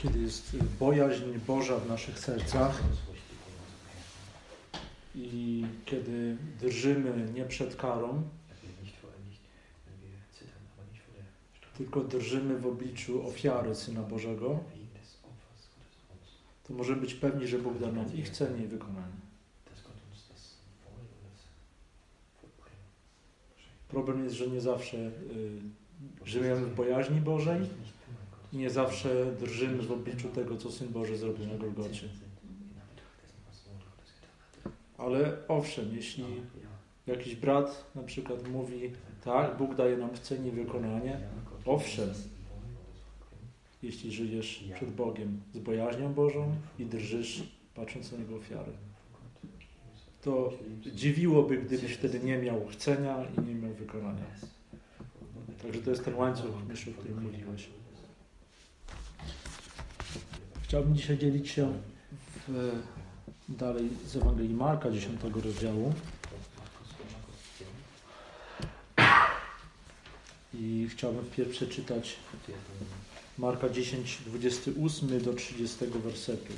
Kiedy jest bojaźń Boża w naszych sercach i kiedy drżymy nie przed karą, tylko drżymy w obliczu ofiary Syna Bożego, to możemy być pewni, że Bóg da nam ich cenie i wykonanie. Problem jest, że nie zawsze żyjemy w bojaźni Bożej i nie zawsze drżymy w obliczu tego, co Syn Boży zrobił na Golgocie. Ale owszem, jeśli jakiś brat na przykład mówi, tak, Bóg daje nam w cenie wykonanie, owszem, jeśli żyjesz przed Bogiem z bojaźnią Bożą i drżysz, patrząc na Jego ofiarę, to dziwiłoby, gdybyś wtedy nie miał chcenia i nie miał wykonania. Także to jest ten łańcuch, myślę, o którym mówiłeś. Chciałbym dzisiaj dzielić się dalej z Ewangelii Marka, 10 rozdziału. I chciałbym wpierw przeczytać Marka 10, 28 do 30 wersetu.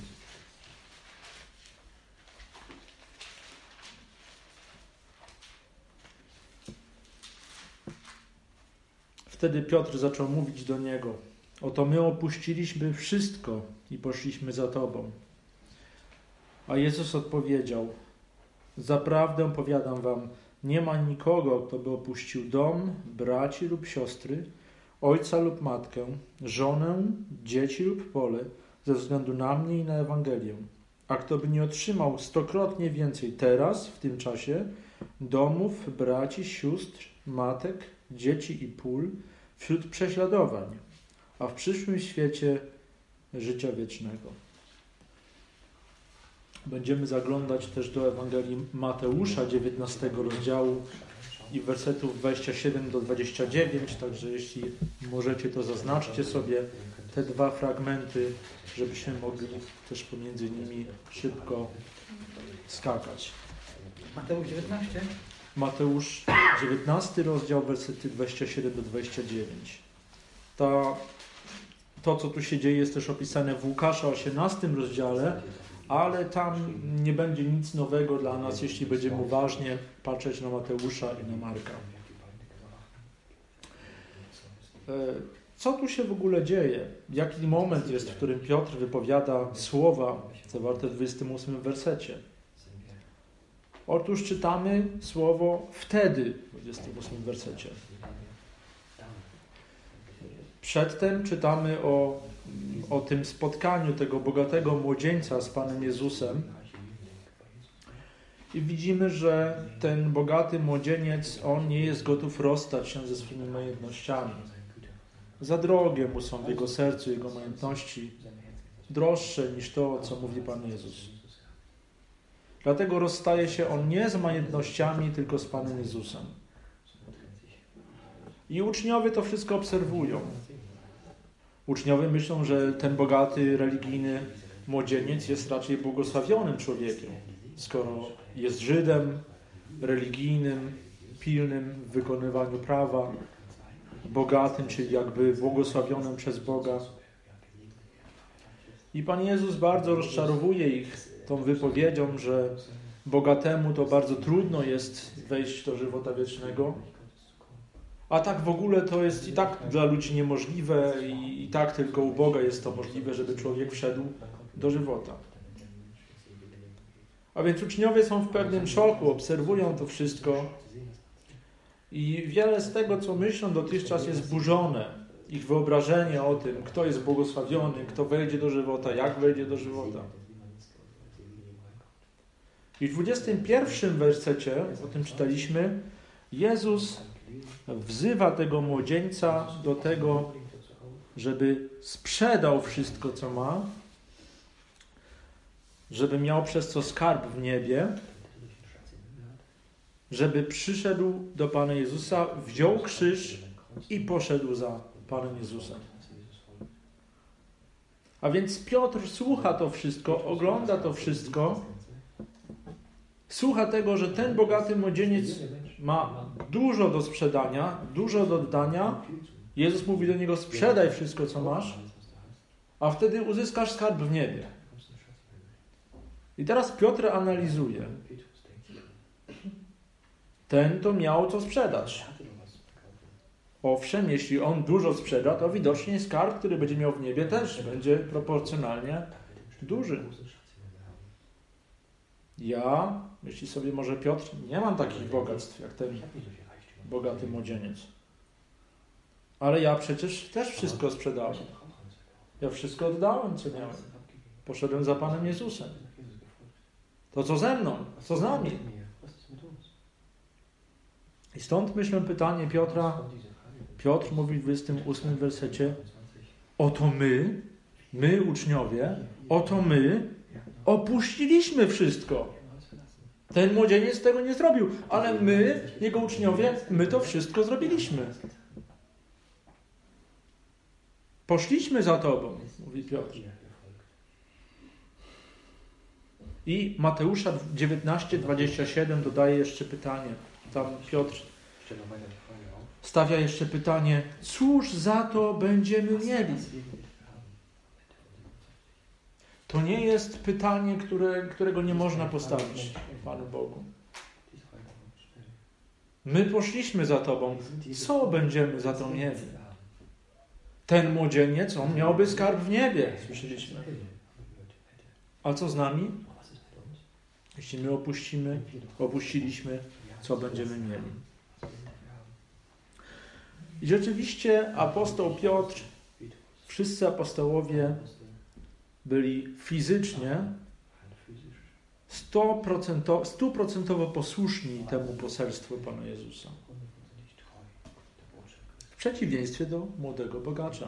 Wtedy Piotr zaczął mówić do niego: oto my opuściliśmy wszystko i poszliśmy za Tobą. A Jezus odpowiedział: zaprawdę powiadam wam, nie ma nikogo, kto by opuścił dom, braci lub siostry, ojca lub matkę, żonę, dzieci lub pole, ze względu na mnie i na Ewangelię. A kto by nie otrzymał stokrotnie więcej teraz, w tym czasie, domów, braci, sióstr, matek, dzieci i pól, wśród prześladowań, a w przyszłym świecie życia wiecznego. Będziemy zaglądać też do Ewangelii Mateusza, 19 rozdziału i wersetów 27 do 29, także jeśli możecie, to zaznaczcie sobie te dwa fragmenty, żebyśmy mogli też pomiędzy nimi szybko skakać. Mateusz 19? Mateusz 19 rozdział, wersety 27 do 29. To, co tu się dzieje, jest też opisane w Łukasza 18 rozdziale, ale tam nie będzie nic nowego dla nas, jeśli będziemy uważnie patrzeć na Mateusza i na Marka. Co tu się w ogóle dzieje? Jaki moment jest, w którym Piotr wypowiada słowa zawarte w 28 wersecie? Otóż czytamy słowo wtedy w 28 wersecie. Przedtem czytamy o tym spotkaniu tego bogatego młodzieńca z Panem Jezusem i widzimy, że ten bogaty młodzieniec, on nie jest gotów rozstać się ze swoimi majątnościami. Za drogie mu są w jego sercu jego majątności, droższe niż to, co mówi Pan Jezus. Dlatego rozstaje się on nie z majątnościami, tylko z Panem Jezusem. I uczniowie to wszystko obserwują. Uczniowie myślą, że ten bogaty, religijny młodzieniec jest raczej błogosławionym człowiekiem, skoro jest Żydem, religijnym, pilnym w wykonywaniu prawa, bogatym, czyli jakby błogosławionym przez Boga. I Pan Jezus bardzo rozczarowuje ich tą wypowiedzią, że bogatemu to bardzo trudno jest wejść do żywota wiecznego, a tak w ogóle to jest i tak dla ludzi niemożliwe i tak tylko u Boga jest to możliwe, żeby człowiek wszedł do żywota. A więc uczniowie są w pewnym szoku, obserwują to wszystko i wiele z tego, co myślą dotychczas, jest burzone. Ich wyobrażenie o tym, kto jest błogosławiony, kto wejdzie do żywota, jak wejdzie do żywota. I w 21 wersecie, o tym czytaliśmy, Jezus wzywa tego młodzieńca do tego, żeby sprzedał wszystko, co ma, żeby miał przez co skarb w niebie, żeby przyszedł do Pana Jezusa, wziął krzyż i poszedł za Panem Jezusem. A więc Piotr słucha to wszystko, ogląda to wszystko, słucha tego, że ten bogaty młodzieniec ma dużo do sprzedania, dużo do oddania. Jezus mówi do niego: sprzedaj wszystko, co masz, a wtedy uzyskasz skarb w niebie. I teraz Piotr analizuje. Ten to miał co sprzedać. Owszem, jeśli on dużo sprzeda, to widocznie skarb, który będzie miał w niebie, też będzie proporcjonalnie duży. Ja, myśli sobie może Piotr, nie mam takich bogactw jak ten bogaty młodzieniec. Ale ja przecież też wszystko sprzedałem. Ja wszystko oddałem, co miałem. Poszedłem za Panem Jezusem. To co ze mną? Co z nami? I stąd myślę pytanie Piotra. Piotr mówi w 28 wersecie: oto my uczniowie, oto my opuściliśmy wszystko. Ten młodzieniec tego nie zrobił, ale my, jego uczniowie, my to wszystko zrobiliśmy. Poszliśmy za Tobą, mówi Piotr. I Mateusza 19:27 dodaje jeszcze pytanie. Tam Piotr stawia jeszcze pytanie: cóż za to będziemy mieli? To nie jest pytanie, którego nie można postawić Panu Bogu. My poszliśmy za Tobą. Co będziemy za to mieli? Ten młodzieniec, on miałby skarb w niebie, słyszeliśmy. A co z nami? Jeśli my opuściliśmy, co będziemy mieli? I rzeczywiście apostoł Piotr, wszyscy apostołowie byli fizycznie 100% posłuszni temu poselstwu Pana Jezusa. W przeciwieństwie do młodego bogacza.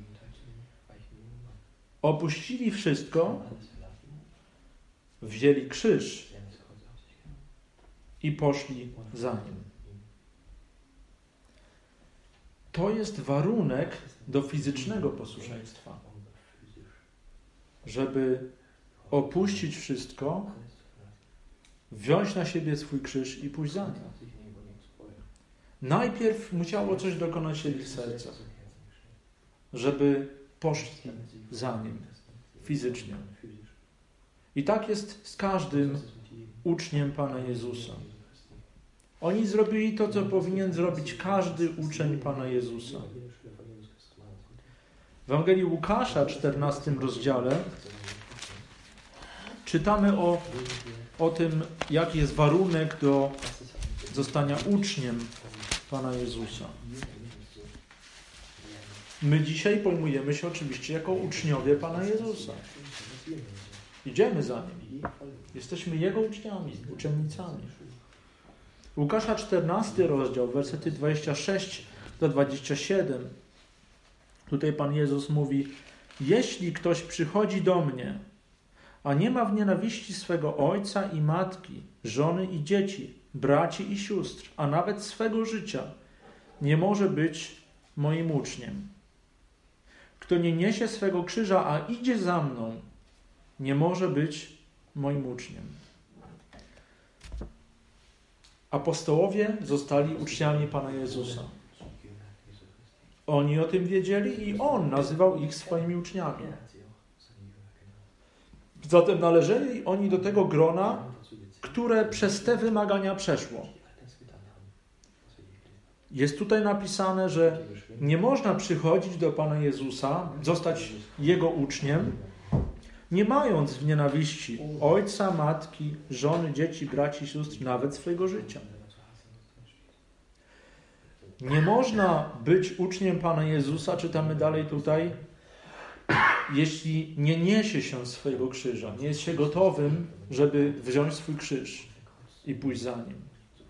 Opuścili wszystko, wzięli krzyż i poszli za Nim. To jest warunek do fizycznego posłuszeństwa. Żeby opuścić wszystko, wziąć na siebie swój krzyż i pójść za Nim. Najpierw musiało coś dokonać się w ich sercach, żeby poszli za Nim fizycznie. I tak jest z każdym uczniem Pana Jezusa. Oni zrobili to, co powinien zrobić każdy uczeń Pana Jezusa. W Ewangelii Łukasza, 14 rozdziale, czytamy o tym, jaki jest warunek do zostania uczniem Pana Jezusa. My dzisiaj pojmujemy się oczywiście jako uczniowie Pana Jezusa. Idziemy za Nim. Jesteśmy Jego uczniami, uczennicami. Łukasza 14 rozdział, wersety 26 do 27. Tutaj Pan Jezus mówi: jeśli ktoś przychodzi do mnie, a nie ma w nienawiści swego ojca i matki, żony i dzieci, braci i sióstr, a nawet swego życia, nie może być moim uczniem. Kto nie niesie swego krzyża, a idzie za mną, nie może być moim uczniem. Apostołowie zostali uczniami Pana Jezusa. Oni o tym wiedzieli i On nazywał ich swoimi uczniami. Zatem należeli oni do tego grona, które przez te wymagania przeszło. Jest tutaj napisane, że nie można przychodzić do Pana Jezusa, zostać Jego uczniem, nie mając w nienawiści ojca, matki, żony, dzieci, braci, sióstr, nawet swojego życia. Nie można być uczniem Pana Jezusa, czytamy dalej tutaj, jeśli nie niesie się swojego krzyża, nie jest się gotowym, żeby wziąć swój krzyż i pójść za Nim.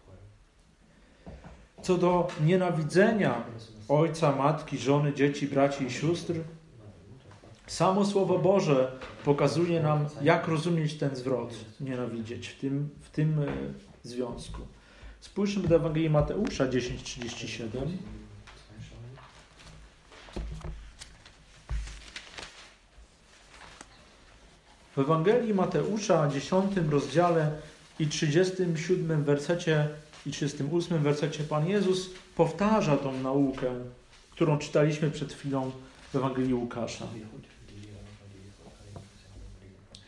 Co do nienawidzenia ojca, matki, żony, dzieci, braci i sióstr, samo Słowo Boże pokazuje nam, jak rozumieć ten zwrot, nienawidzieć w tym związku. Spójrzmy do Ewangelii Mateusza 10:37. W Ewangelii Mateusza, 10 rozdziale i 37 wersecie i 38 wersecie Pan Jezus powtarza tą naukę, którą czytaliśmy przed chwilą w Ewangelii Łukasza.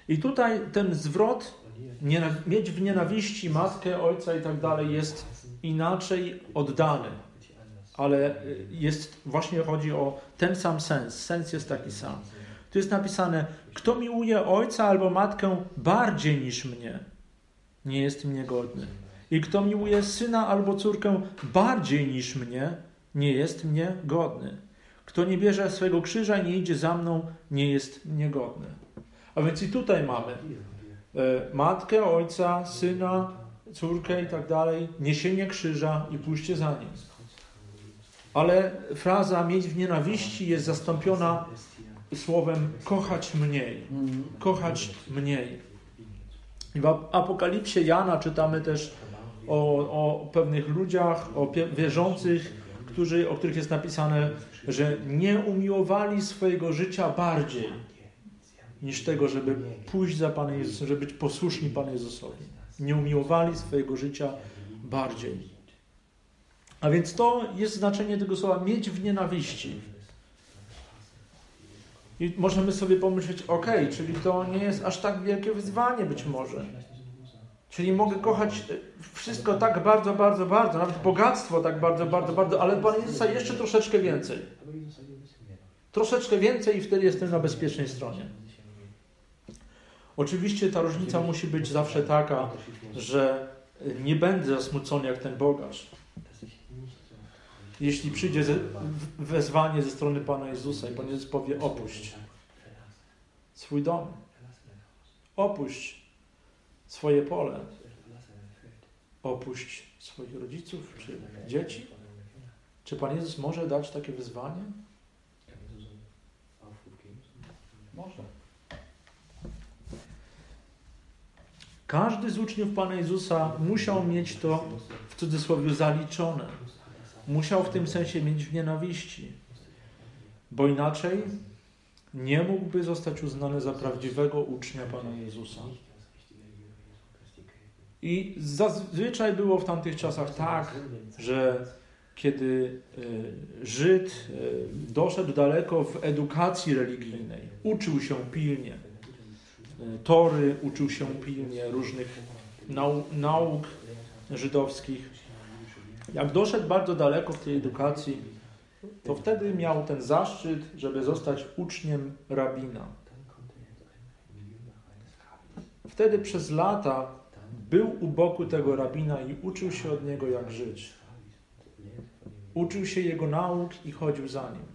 I tutaj ten zwrot, mieć w nienawiści matkę, ojca i tak dalej jest inaczej oddany. Ale właśnie chodzi o ten sam sens. Sens jest taki sam. Tu jest napisane, kto miłuje ojca albo matkę bardziej niż mnie, nie jest mnie godny. I kto miłuje syna albo córkę bardziej niż mnie, nie jest mnie godny. Kto nie bierze swojego krzyża i nie idzie za mną, nie jest mnie godny. A więc i tutaj mamy matkę, ojca, syna, córkę i tak dalej, niesienie krzyża i pójście za nim. Ale fraza mieć w nienawiści jest zastąpiona słowem kochać mniej. Kochać mniej. I w Apokalipsie Jana czytamy też o pewnych ludziach, o wierzących, o których jest napisane, że nie umiłowali swojego życia bardziej niż tego, żeby pójść za Panem Jezusem, żeby być posłuszni Panu Jezusowi. Nie umiłowali swojego życia bardziej. A więc to jest znaczenie tego słowa mieć w nienawiści. I możemy sobie pomyśleć, czyli to nie jest aż tak wielkie wyzwanie być może. Czyli mogę kochać wszystko tak bardzo, bardzo, bardzo, nawet bogactwo tak bardzo, bardzo, bardzo, ale Pana Jezusa jeszcze troszeczkę więcej. Troszeczkę więcej i wtedy jestem na bezpiecznej stronie. Oczywiście ta różnica musi być zawsze taka, że nie będę zasmucony jak ten bogacz. Jeśli przyjdzie wezwanie ze strony Pana Jezusa i Pan Jezus powie opuść swój dom, opuść swoje pole, opuść swoich rodziców czy dzieci. Czy Pan Jezus może dać takie wyzwanie? Może. Każdy z uczniów Pana Jezusa musiał mieć to w cudzysłowie zaliczone. Musiał w tym sensie mieć w nienawiści, bo inaczej nie mógłby zostać uznany za prawdziwego ucznia Pana Jezusa. I zazwyczaj było w tamtych czasach tak, że kiedy Żyd doszedł daleko w edukacji religijnej, uczył się pilnie Tory, uczył się pilnie różnych nauk żydowskich. Jak doszedł bardzo daleko w tej edukacji, to wtedy miał ten zaszczyt, żeby zostać uczniem rabina. Wtedy przez lata był u boku tego rabina i uczył się od niego, jak żyć. Uczył się jego nauk i chodził za nim.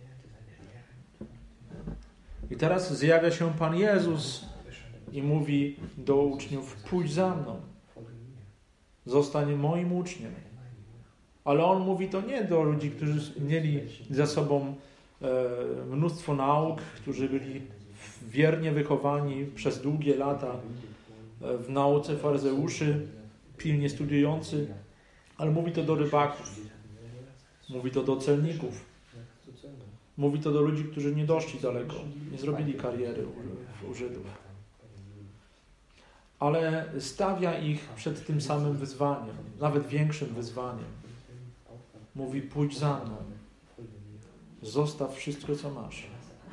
I teraz zjawia się Pan Jezus i mówi do uczniów, pójdź za mną. Zostań moim uczniem. Ale on mówi to nie do ludzi, którzy mieli za sobą mnóstwo nauk, którzy byli wiernie wychowani przez długie lata w nauce faryzeuszy, pilnie studiujący, ale mówi to do rybaków, mówi to do celników, mówi to do ludzi, którzy nie doszli daleko, nie zrobili kariery u Żydów. Ale stawia ich przed tym samym wyzwaniem, nawet większym wyzwaniem. Mówi, pójdź za mną, zostaw wszystko, co masz.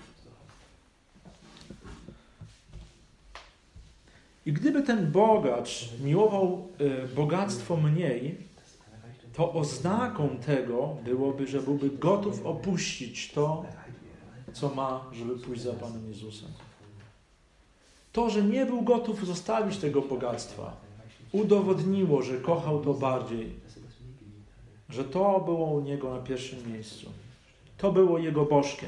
I gdyby ten bogacz miłował bogactwo mniej, to oznaką tego byłoby, że byłby gotów opuścić to, co ma, żeby pójść za Panem Jezusem. To, że nie był gotów zostawić tego bogactwa, udowodniło, że kochał to bardziej, że to było u niego na pierwszym miejscu. To było jego bożkiem.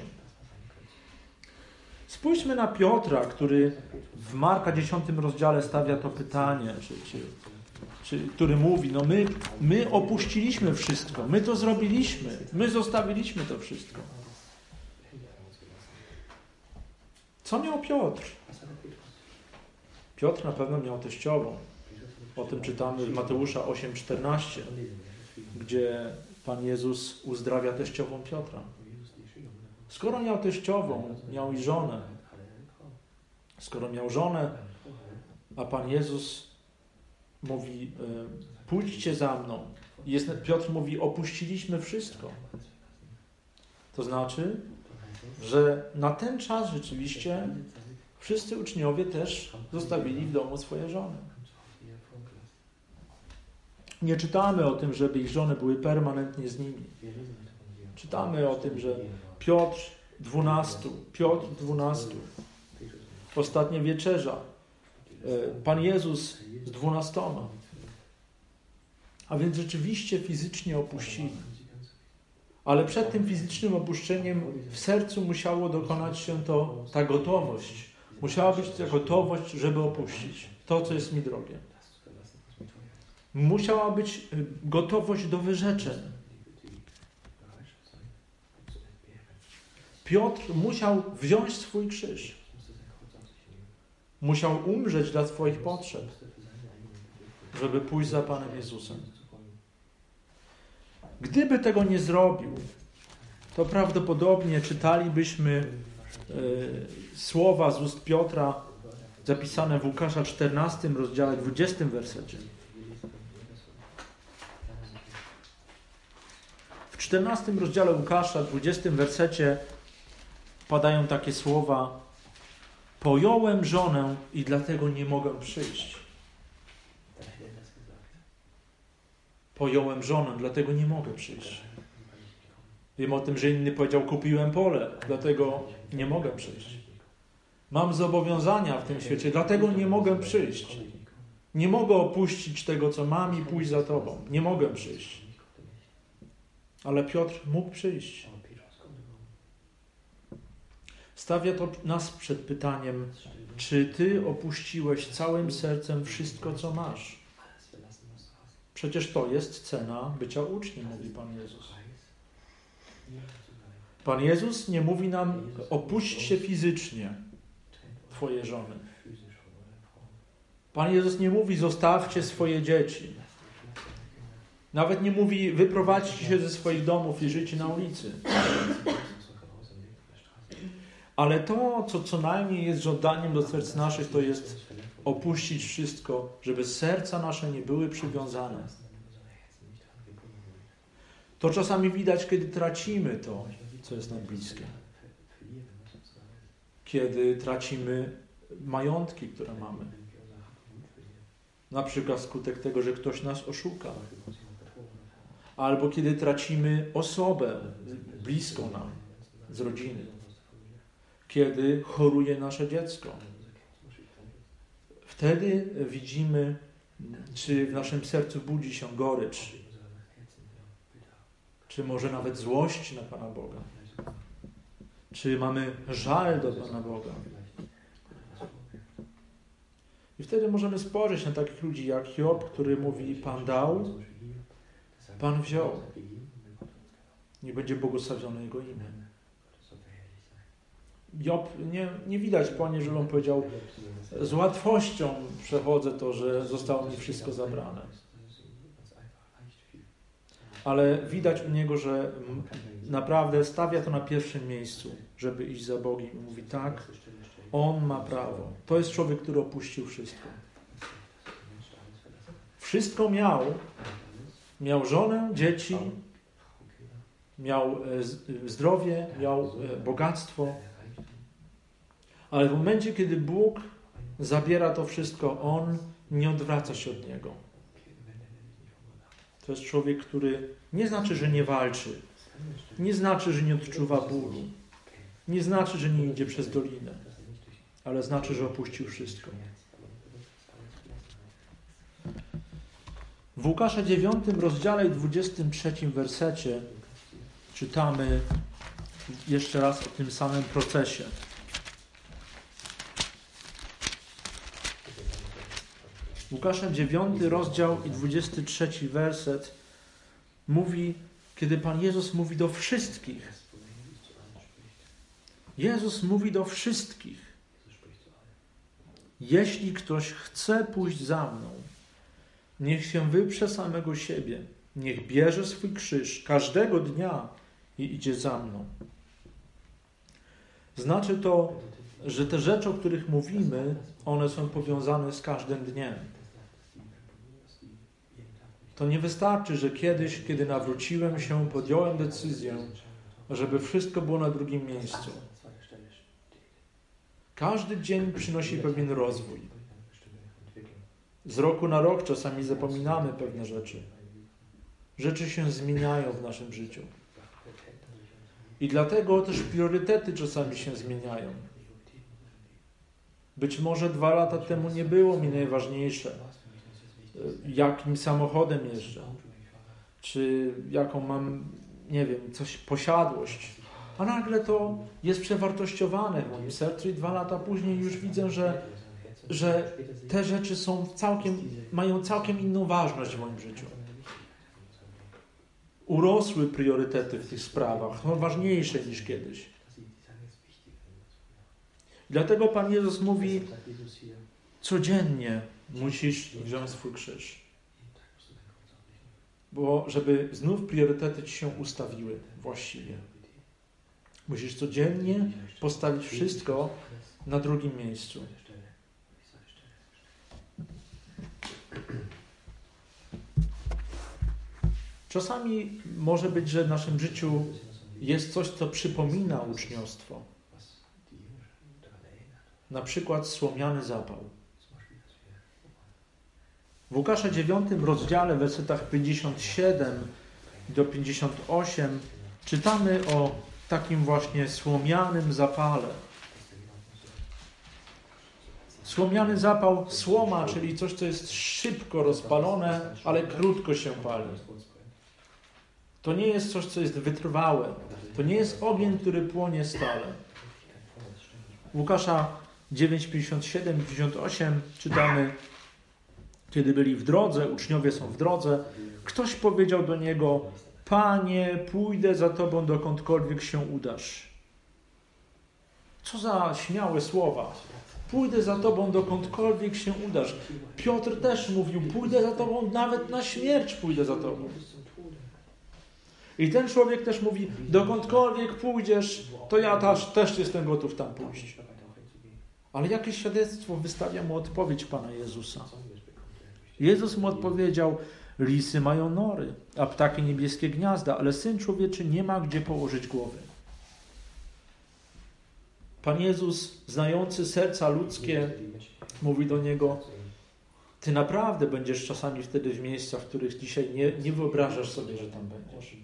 Spójrzmy na Piotra, który w Marka 10 rozdziale stawia to pytanie, który mówi, my opuściliśmy wszystko, my to zrobiliśmy, my zostawiliśmy to wszystko. Co miał Piotr? Piotr na pewno miał teściową. O tym czytamy w Mateusza 8,14, gdzie Pan Jezus uzdrawia teściową Piotra. Skoro miał teściową, miał i żonę. Skoro miał żonę, a Pan Jezus mówi, pójdźcie za mną. Piotr mówi, opuściliśmy wszystko. To znaczy, że na ten czas rzeczywiście Wszyscy uczniowie też zostawili w domu swoje żony. Nie czytamy o tym, żeby ich żony były permanentnie z nimi. Czytamy o tym, że Piotr 12, ostatnia wieczerza, Pan Jezus z 12. A więc rzeczywiście fizycznie opuścili. Ale przed tym fizycznym opuszczeniem w sercu musiało dokonać się ta gotowość. Musiała być ta gotowość, żeby opuścić to, co jest mi drogie. Musiała być gotowość do wyrzeczeń. Piotr musiał wziąć swój krzyż. Musiał umrzeć dla swoich potrzeb, żeby pójść za Panem Jezusem. Gdyby tego nie zrobił, to prawdopodobnie czytalibyśmy słowa z ust Piotra zapisane w Łukasza 14 rozdziale 20 wersecie. W 14 rozdziale Łukasza 20 wersecie padają takie słowa: pojąłem żonę i dlatego nie mogę przyjść. Pojąłem żonę, dlatego nie mogę przyjść. Wiem o tym, że inny powiedział: kupiłem pole, dlatego nie mogę przyjść. Mam zobowiązania w tym świecie, dlatego nie mogę przyjść. Nie mogę opuścić tego, co mam i pójść za Tobą. Nie mogę przyjść. Ale Piotr mógł przyjść. Stawia to nas przed pytaniem: czy Ty opuściłeś całym sercem wszystko, co masz? Przecież to jest cena bycia uczniem, mówi Pan Jezus. Pan Jezus nie mówi nam: opuśćcie fizycznie Twoje żony. Pan Jezus nie mówi: zostawcie swoje dzieci. Nawet nie mówi: wyprowadźcie się ze swoich domów i żyjcie na ulicy. Ale to, co najmniej jest żądaniem do serc naszych, to jest opuścić wszystko, żeby serca nasze nie były przywiązane. To czasami widać, kiedy tracimy to, co jest nam bliskie. Kiedy tracimy majątki, które mamy. Na przykład wskutek tego, że ktoś nas oszuka. Albo kiedy tracimy osobę bliską nam z rodziny. Kiedy choruje nasze dziecko. Wtedy widzimy, czy w naszym sercu budzi się gorycz, czy może nawet złość na Pana Boga. Czy mamy żal do Pana Boga. I wtedy możemy spojrzeć na takich ludzi jak Job, który mówi: Pan dał, Pan wziął. Niech będzie błogosławione Jego imię. Job, nie widać po nim, żeby on powiedział: z łatwością przechodzę to, że zostało mi wszystko zabrane. Ale widać u niego, że naprawdę stawia to na pierwszym miejscu, żeby iść za Bogiem. I mówi: tak, on ma prawo. To jest człowiek, który opuścił wszystko. Wszystko miał. Miał żonę, dzieci, miał zdrowie, miał bogactwo. Ale w momencie, kiedy Bóg zabiera to wszystko, on nie odwraca się od niego. To jest człowiek, który nie znaczy, że nie walczy. Nie znaczy, że nie odczuwa bólu. Nie znaczy, że nie idzie przez dolinę. Ale znaczy, że opuścił wszystko. W Łukasza 9 rozdziale i 23 wersecie czytamy jeszcze raz o tym samym procesie. Łukasza 9 rozdział i 23 werset mówi, kiedy Pan Jezus mówi do wszystkich. Jezus mówi do wszystkich. Jeśli ktoś chce pójść za mną, niech się wyprze samego siebie, niech bierze swój krzyż każdego dnia i idzie za mną. Znaczy to, że te rzeczy, o których mówimy, one są powiązane z każdym dniem. To nie wystarczy, że kiedyś, kiedy nawróciłem się, podjąłem decyzję, żeby wszystko było na drugim miejscu. Każdy dzień przynosi pewien rozwój. Z roku na rok czasami zapominamy pewne rzeczy. Rzeczy się zmieniają w naszym życiu. I dlatego też priorytety czasami się zmieniają. Być może 2 lata temu nie było mi najważniejsze, jakim samochodem jeżdżę, czy jaką mam, nie wiem, posiadłość. A nagle to jest przewartościowane w moim sercu i 2 lata później już widzę, że te rzeczy mają całkiem inną ważność w moim życiu. Urosły priorytety w tych sprawach, są ważniejsze niż kiedyś. Dlatego Pan Jezus mówi, codziennie musisz wziąć swój krzyż. Bo żeby znów priorytety ci się ustawiły właściwie. Musisz codziennie postawić wszystko na drugim miejscu. Czasami może być, że w naszym życiu jest coś, co przypomina uczniostwo. Na przykład słomiany zapał. W Łukasza 9 rozdziale, w wersetach 57 do 58 czytamy o takim właśnie słomianym zapale. Słomiany zapał, słoma, czyli coś, co jest szybko rozpalone, ale krótko się pali. To nie jest coś, co jest wytrwałe. To nie jest ogień, który płonie stale. Łukasza 9:57-58 czytamy, kiedy byli w drodze, uczniowie są w drodze, ktoś powiedział do niego, Panie, pójdę za Tobą dokądkolwiek się udasz. Co za śmiałe słowa. Pójdę za Tobą dokądkolwiek się udasz. Piotr też mówił, pójdę za Tobą, nawet na śmierć pójdę za Tobą. I ten człowiek też mówi, dokądkolwiek pójdziesz, to ja też jestem gotów tam pójść. Ale jakie świadectwo wystawia mu odpowiedź Pana Jezusa? Jezus mu odpowiedział, lisy mają nory, a ptaki niebieskie gniazda, ale Syn Człowieczy nie ma gdzie położyć głowy. Pan Jezus, znający serca ludzkie, mówi do niego, ty naprawdę będziesz czasami wtedy w miejscach, w których dzisiaj nie wyobrażasz sobie, że tam będziesz.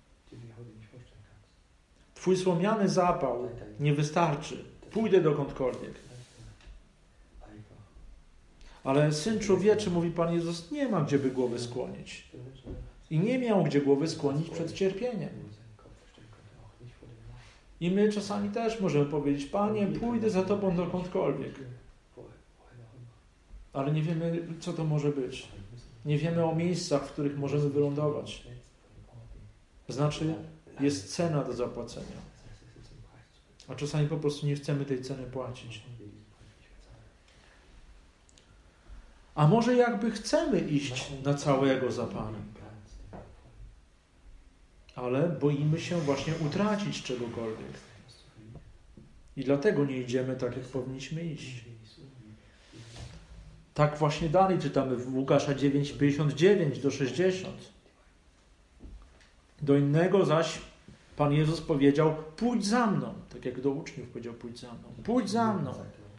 Twój słomiany zapał nie wystarczy. Pójdę dokądkolwiek. Ale Syn Człowieczy, mówi Pan Jezus, nie ma gdzie by głowy skłonić. I nie miał gdzie głowy skłonić przed cierpieniem. I my czasami też możemy powiedzieć, Panie, pójdę za Tobą dokądkolwiek. Ale nie wiemy, co to może być. Nie wiemy o miejscach, w których możemy wylądować. Znaczy, jest cena do zapłacenia. A czasami po prostu nie chcemy tej ceny płacić. A może jakby chcemy iść na całego za Panem, ale boimy się właśnie utracić czegokolwiek. I dlatego nie idziemy tak, jak powinniśmy iść. Tak właśnie dalej czytamy w Łukasza 9:59-60. Do innego zaś Pan Jezus powiedział, pójdź za mną. Tak jak do uczniów powiedział, pójdź za mną. Pójdź za mną.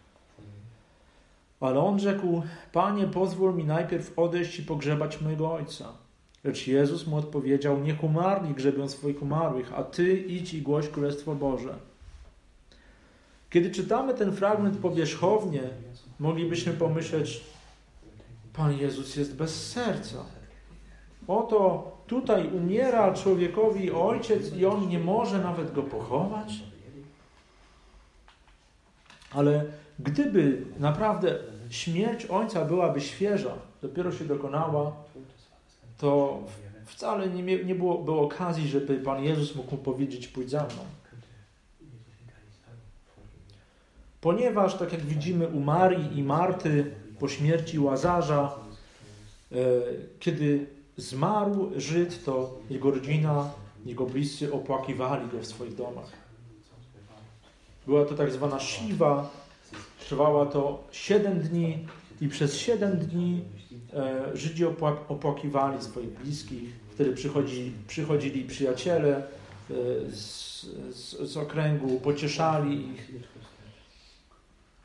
Ale on rzekł, Panie, pozwól mi najpierw odejść i pogrzebać mojego Ojca. Lecz Jezus mu odpowiedział, niech umarli grzebią swoich umarłych, a Ty idź i głoś Królestwo Boże. Kiedy czytamy ten fragment powierzchownie, moglibyśmy pomyśleć, Pan Jezus jest bez serca. Oto tutaj umiera człowiekowi ojciec i on nie może nawet go pochować. Ale gdyby naprawdę śmierć ojca byłaby świeża, dopiero się dokonała, to wcale nie byłoby okazji, żeby Pan Jezus mógł mu powiedzieć, pójdź za mną. Ponieważ, tak jak widzimy u Marii i Marty po śmierci Łazarza, kiedy zmarł Żyd, to jego rodzina, jego bliscy opłakiwali go w swoich domach. Była to tak zwana siwa, trwała to 7 dni i przez 7 dni Żydzi opłakiwali swoich bliskich. Wtedy przychodzili przyjaciele z okręgu, pocieszali ich.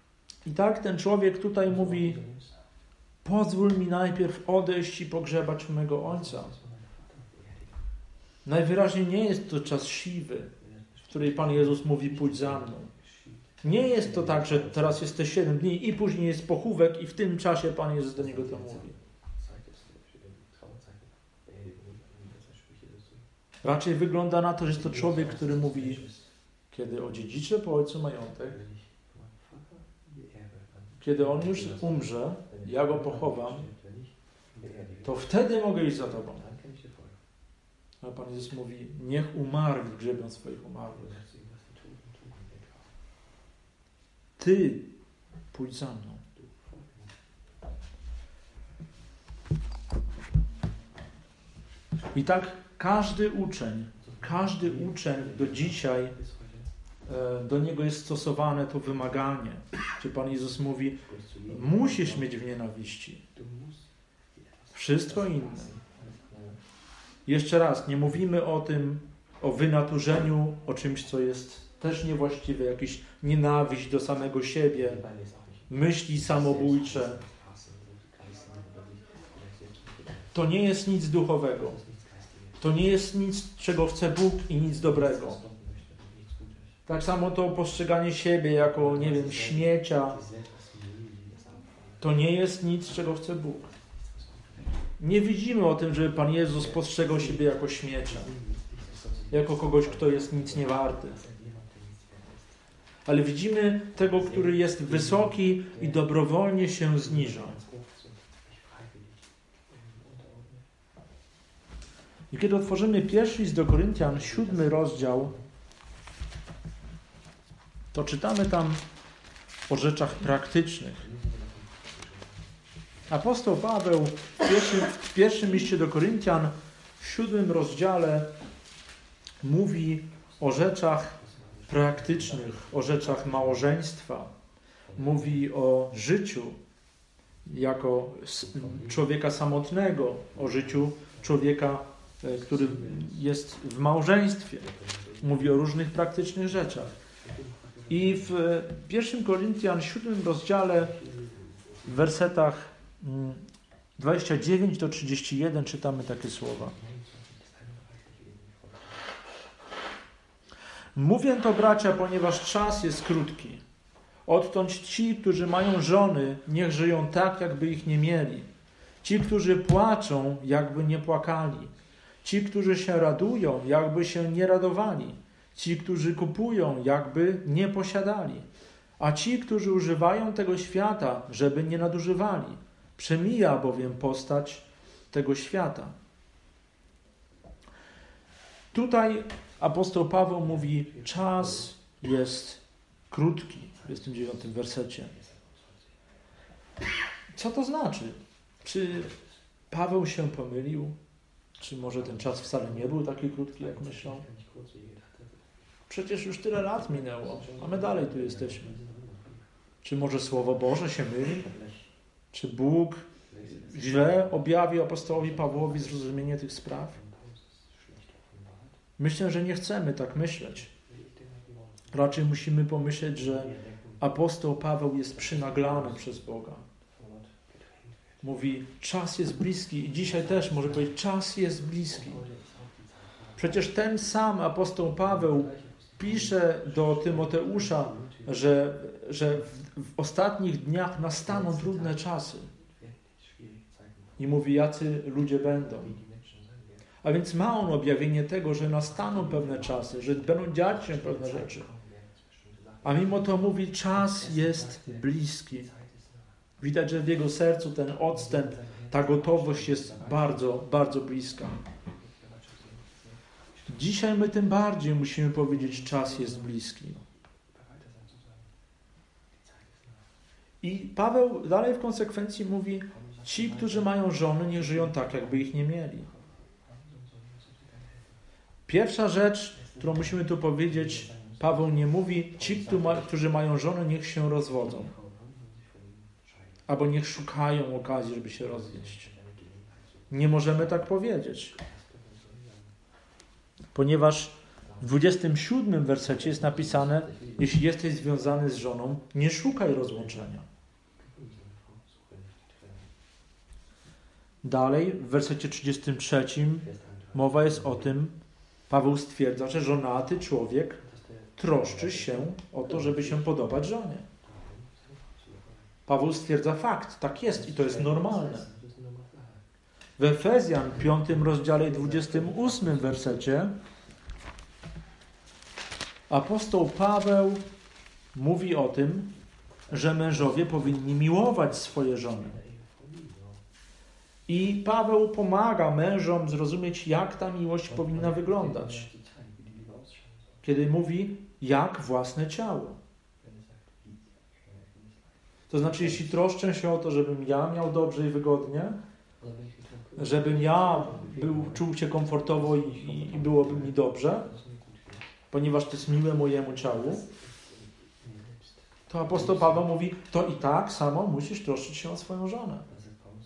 I tak ten człowiek tutaj mówi: pozwól mi najpierw odejść i pogrzebać mego ojca. Najwyraźniej nie jest to czas siwy, w której Pan Jezus mówi: pójdź za mną. Nie jest to tak, że teraz jest te 7 dni i później jest pochówek i w tym czasie Pan Jezus do niego to mówi. Raczej wygląda na to, że jest to człowiek, który mówi: kiedy odziedziczę po ojcu majątek, kiedy on już umrze, ja go pochowam, to wtedy mogę iść za Tobą. A Pan Jezus mówi: niech umarli grzebią swoich umarłych. Ty pójdź za mną. I tak każdy uczeń do dzisiaj, do niego jest stosowane to wymaganie. Czy Pan Jezus mówi: musisz mieć w nienawiści wszystko inne. Jeszcze raz, nie mówimy o tym, o wynaturzeniu, o czymś, co jest też niewłaściwe, jakiś nienawiść do samego siebie, myśli samobójcze. To nie jest nic duchowego. To nie jest nic, czego chce Bóg i nic dobrego. Tak samo to postrzeganie siebie jako, nie wiem, śmiecia, to nie jest nic, czego chce Bóg. Nie widzimy o tym, żeby Pan Jezus postrzegał siebie jako śmiecia, jako kogoś, kto jest nic nie warty. Ale widzimy tego, który jest wysoki i dobrowolnie się zniża. I kiedy otworzymy pierwszy list do Koryntian, 7 rozdział, to czytamy tam o rzeczach praktycznych. Apostoł Paweł w pierwszym liście do Koryntian, w 7 rozdziale mówi o rzeczach praktycznych, o rzeczach małżeństwa. Mówi o życiu jako człowieka samotnego, o życiu człowieka, który jest w małżeństwie. Mówi o różnych praktycznych rzeczach. I w 1 Koryntian 7 rozdziale w wersetach 29 do 31 czytamy takie słowa. Mówię to, bracia, ponieważ czas jest krótki. Odtąd ci, którzy mają żony, niech żyją tak, jakby ich nie mieli. Ci, którzy płaczą, jakby nie płakali. Ci, którzy się radują, jakby się nie radowali. Ci, którzy kupują, jakby nie posiadali. A ci, którzy używają tego świata, żeby nie nadużywali. Przemija bowiem postać tego świata. Tutaj apostoł Paweł mówi: czas jest krótki, w 29 wersecie. Co to znaczy? Czy Paweł się pomylił? Czy może ten czas wcale nie był taki krótki, jak myślał? Przecież już tyle lat minęło, a my dalej tu jesteśmy. Czy może Słowo Boże się myli? Czy Bóg źle objawił apostołowi Pawłowi zrozumienie tych spraw? Myślę, że nie chcemy tak myśleć. Raczej musimy pomyśleć, że apostoł Paweł jest przynaglany przez Boga. Mówi: czas jest bliski i dzisiaj też może powiedzieć: czas jest bliski. Przecież ten sam apostoł Paweł pisze do Tymoteusza, że w ostatnich dniach nastaną trudne czasy. I mówi, jacy ludzie będą. A więc ma on objawienie tego, że nastaną pewne czasy, że będą dziać się pewne rzeczy. A mimo to mówi: czas jest bliski. Widać, że w jego sercu ten odstęp, ta gotowość jest bardzo, bardzo bliska. Dzisiaj my tym bardziej musimy powiedzieć: czas jest bliski. I Paweł dalej w konsekwencji mówi: ci, którzy mają żony, niech żyją tak, jakby ich nie mieli. Pierwsza rzecz, którą musimy tu powiedzieć, Paweł nie mówi: ci, którzy mają żony, niech się rozwodzą. Albo niech szukają okazji, żeby się rozwieść. Nie możemy tak powiedzieć. Ponieważ W 27 wersecie jest napisane: jeśli jesteś związany z żoną, nie szukaj rozłączenia. Dalej, w wersecie 33 mowa jest o tym, Paweł stwierdza, że żonaty człowiek troszczy się o to, żeby się podobać żonie. Paweł stwierdza fakt, tak jest i to jest normalne. W Efezjan 5 rozdziale 28 wersecie apostoł Paweł mówi o tym, że mężowie powinni miłować swoje żony. I Paweł pomaga mężom zrozumieć, jak ta miłość powinna wyglądać. Kiedy mówi, jak własne ciało. To znaczy, jeśli troszczę się o to, żebym ja miał dobrze i wygodnie, żebym ja czuł się komfortowo i byłoby mi dobrze, ponieważ to jest miłe mojemu ciału, to apostoł Paweł mówi, to i tak samo musisz troszczyć się o swoją żonę.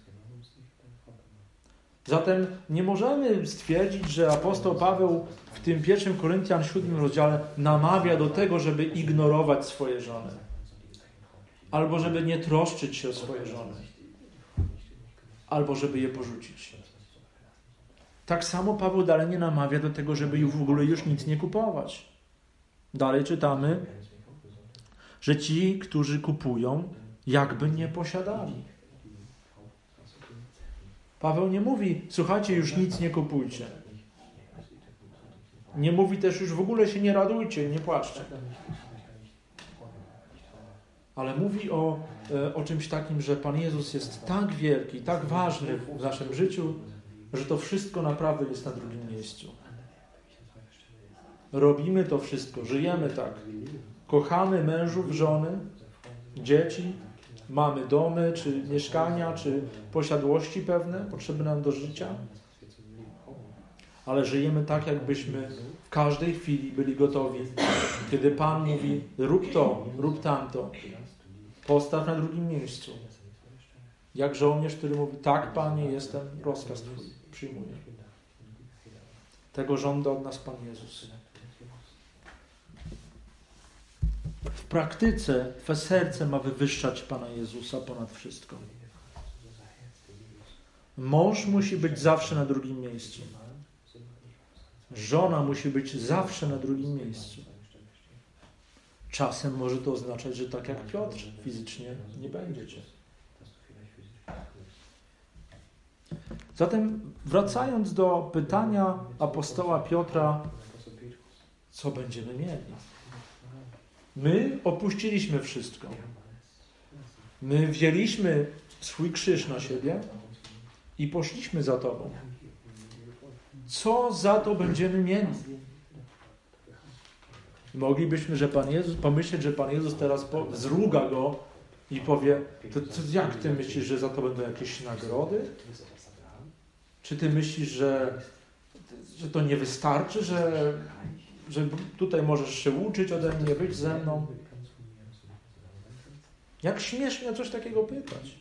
Zatem nie możemy stwierdzić, że apostoł Paweł w tym 1 Koryntian 7 rozdziale namawia do tego, żeby ignorować swoje żony. Albo żeby nie troszczyć się o swoje żony. Albo żeby je porzucić. Tak samo Paweł dalej nie namawia do tego, żeby w ogóle już nic nie kupować. Dalej czytamy, że ci, którzy kupują, jakby nie posiadali. Paweł nie mówi, słuchajcie, już nic nie kupujcie. Nie mówi też, już w ogóle się nie radujcie, nie płaczcie. Ale mówi o czymś takim, że Pan Jezus jest tak wielki, tak ważny w naszym życiu, że to wszystko naprawdę jest na drugim miejscu. Robimy to wszystko, żyjemy tak. Kochamy mężów, żony, dzieci, mamy domy, czy mieszkania, czy posiadłości pewne, potrzebne nam do życia. Ale żyjemy tak, jakbyśmy w każdej chwili byli gotowi. Kiedy Pan mówi, rób to, rób tamto, postaw na drugim miejscu. Jak żołnierz, który mówi, tak, Panie, jestem, rozkaz Twój, przyjmuję. Tego żąda od nas Pan Jezus. W praktyce Twe serce ma wywyższać Pana Jezusa ponad wszystko. Mąż musi być zawsze na drugim miejscu. Żona musi być zawsze na drugim miejscu. Czasem może to oznaczać, że tak jak Piotr fizycznie nie będziecie. Zatem wracając do pytania apostoła Piotra, co będziemy mieli? My opuściliśmy wszystko. My wzięliśmy swój krzyż na siebie i poszliśmy za Tobą. Co za to będziemy mieli? Moglibyśmy pomyśleć, że Pan Jezus teraz zruga go i powie, to jak Ty myślisz, że za to będą jakieś nagrody? Czy Ty myślisz, że to nie wystarczy, że tutaj możesz się uczyć ode mnie, być ze mną? Jak śmiesz mnie o coś takiego pytać?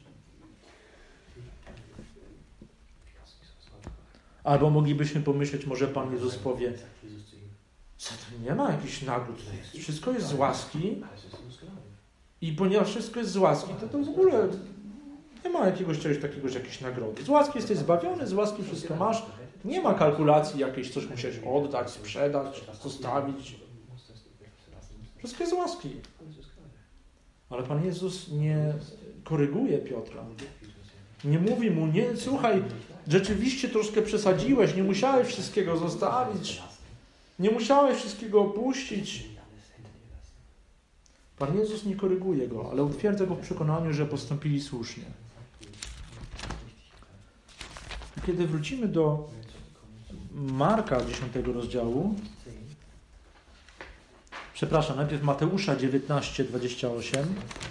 Albo moglibyśmy pomyśleć, może Pan Jezus powie, co to nie ma jakichś nagród, wszystko jest z łaski i ponieważ wszystko jest z łaski, to w ogóle nie ma jakiegoś czegoś takiego, że jakieś nagrody. Z łaski jesteś zbawiony, z łaski wszystko masz, nie ma kalkulacji jakiejś, coś musiałeś oddać, sprzedać, zostawić. Wszystko jest z łaski. Ale Pan Jezus nie koryguje Piotra. Nie mówi mu, nie, słuchaj, rzeczywiście troszkę przesadziłeś, nie musiałeś wszystkiego zostawić, nie musiałeś wszystkiego opuścić. Pan Jezus nie koryguje go, ale utwierdza go w przekonaniu, że postąpili słusznie. Kiedy wrócimy do Marka 10 rozdziału, przepraszam, najpierw Mateusza 19:28,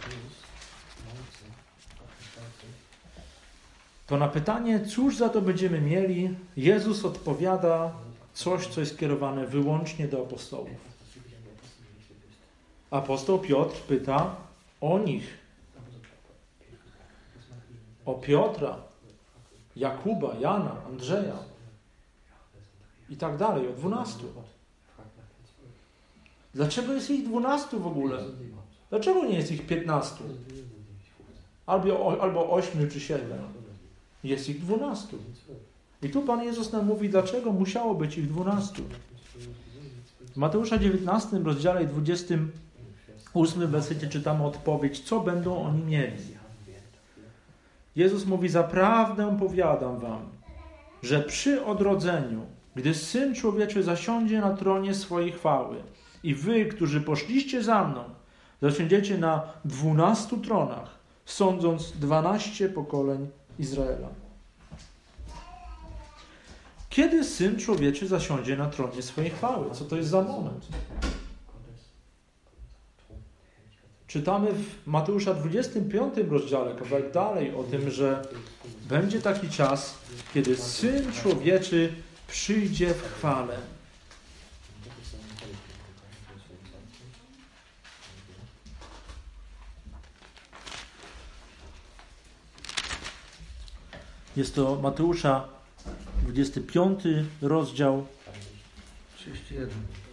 to na pytanie, cóż za to będziemy mieli, Jezus odpowiada coś, co jest skierowane wyłącznie do apostołów. Apostoł Piotr pyta o nich, o Piotra, Jakuba, Jana, Andrzeja i tak dalej, o 12. Dlaczego jest ich 12 w ogóle? Dlaczego nie jest ich 15? Albo 8 czy 7? Jest ich 12. I tu Pan Jezus nam mówi, dlaczego musiało być ich 12. W Mateusza 19, rozdziale 28 wersecie czytamy odpowiedź, co będą oni mieli. Jezus mówi, zaprawdę powiadam wam, że przy odrodzeniu, gdy Syn Człowieczy zasiądzie na tronie swojej chwały i wy, którzy poszliście za mną, zasiądziecie na 12 tronach, sądząc 12 pokoleń Izraela. Kiedy Syn Człowieczy zasiądzie na tronie swojej chwały? Co to jest za moment? Czytamy w Mateusza 25 rozdziale, kawałek dalej, o tym, że będzie taki czas, kiedy Syn Człowieczy przyjdzie w chwale. Jest to Mateusza 25 rozdział 31.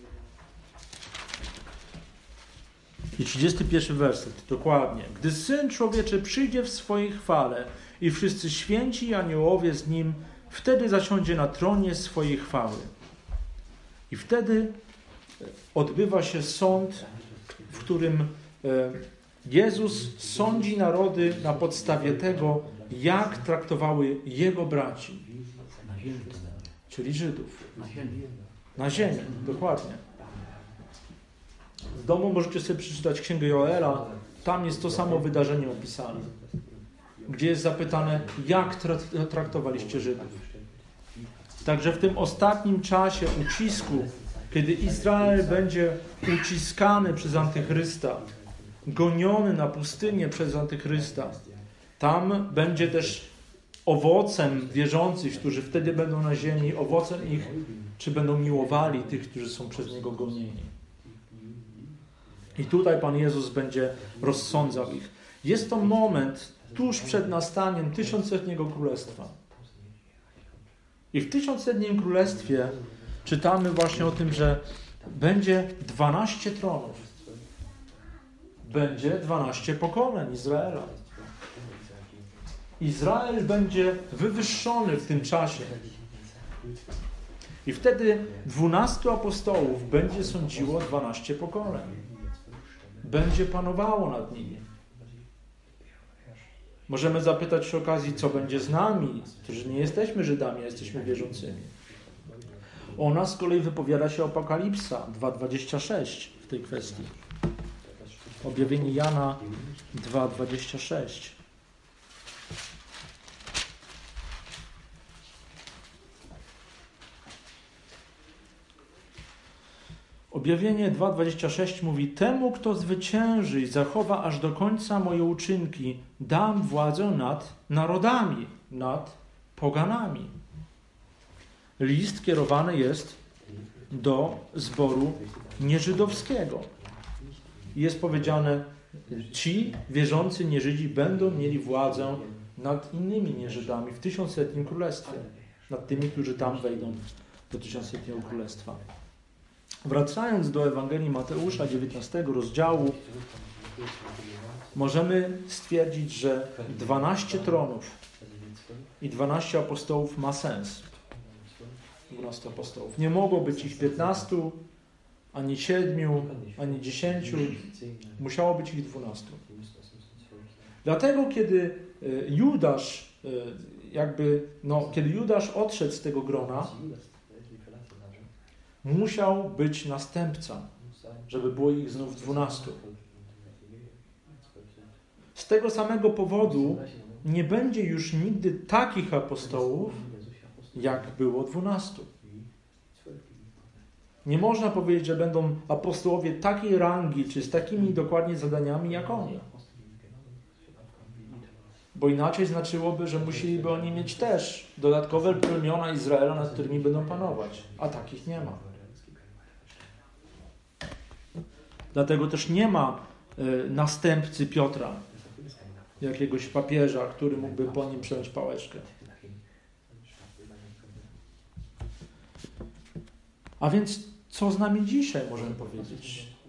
i 31 werset. Dokładnie. Gdy Syn Człowieczy przyjdzie w swojej chwale i wszyscy święci i aniołowie z Nim, wtedy zasiądzie na tronie swojej chwały. I wtedy odbywa się sąd, w którym Jezus sądzi narody na podstawie tego, jak traktowały Jego braci, czyli Żydów. Na ziemi, dokładnie. W domu możecie sobie przeczytać Księgę Joela, tam jest to samo wydarzenie opisane, gdzie jest zapytane, jak traktowaliście Żydów. Także w tym ostatnim czasie ucisku, kiedy Izrael będzie uciskany przez Antychrysta, goniony na pustynię przez Antychrysta, tam będzie też owocem wierzących, którzy wtedy będą na ziemi, owocem ich, czy będą miłowali tych, którzy są przez Niego gonieni. I tutaj Pan Jezus będzie rozsądzał ich. Jest to moment tuż przed nastaniem tysiącletniego królestwa. I w tysiącletnim królestwie czytamy właśnie o tym, że będzie 12 tronów. Będzie 12 pokoleń Izraela. Izrael będzie wywyższony w tym czasie. I wtedy 12 apostołów będzie sądziło 12 pokoleń. Będzie panowało nad nimi. Możemy zapytać przy okazji, co będzie z nami, którzy nie jesteśmy Żydami, a jesteśmy wierzącymi. Ona z kolei wypowiada się Apokalipsa 2:26 w tej kwestii. Objawienie Jana 2:26. Objawienie 2:26 mówi: temu, kto zwycięży i zachowa aż do końca moje uczynki, dam władzę nad narodami, nad poganami. List kierowany jest do zboru nieżydowskiego. Jest powiedziane, ci wierzący nieżydzi będą mieli władzę nad innymi nieżydami w tysiącletnim królestwie. Nad tymi, którzy tam wejdą do tysiącletniego królestwa. Wracając do Ewangelii Mateusza 19 rozdziału, możemy stwierdzić, że 12 tronów i 12 apostołów ma sens. 12 apostołów. Nie mogło być ich 15, ani 7, ani 10. Musiało być ich 12. Dlatego, kiedy Judasz kiedy Judasz odszedł z tego grona, musiał być następca, żeby było ich znów 12. Z tego samego powodu nie będzie już nigdy takich apostołów, jak było 12. Nie można powiedzieć, że będą apostołowie takiej rangi, czy z takimi dokładnie zadaniami, jak oni. Bo inaczej znaczyłoby, że musieliby oni mieć też dodatkowe plemiona Izraela, nad którymi będą panować. A takich nie ma. Dlatego też nie ma następcy Piotra, jakiegoś papieża, który mógłby po nim przejąć pałeczkę. A więc co z nami dzisiaj, możemy powiedzieć?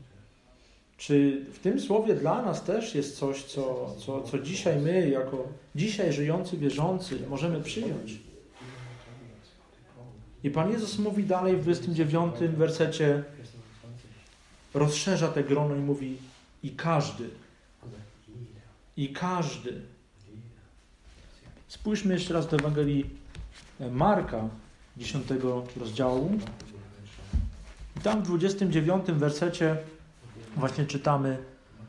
Czy w tym słowie dla nas też jest coś, co dzisiaj my, jako dzisiaj żyjący wierzący, możemy przyjąć? I Pan Jezus mówi dalej w 29 wersecie, rozszerza te grono i mówi i każdy. I każdy. Spójrzmy jeszcze raz do Ewangelii Marka, 10 rozdziału. I tam w 29 wersecie właśnie czytamy: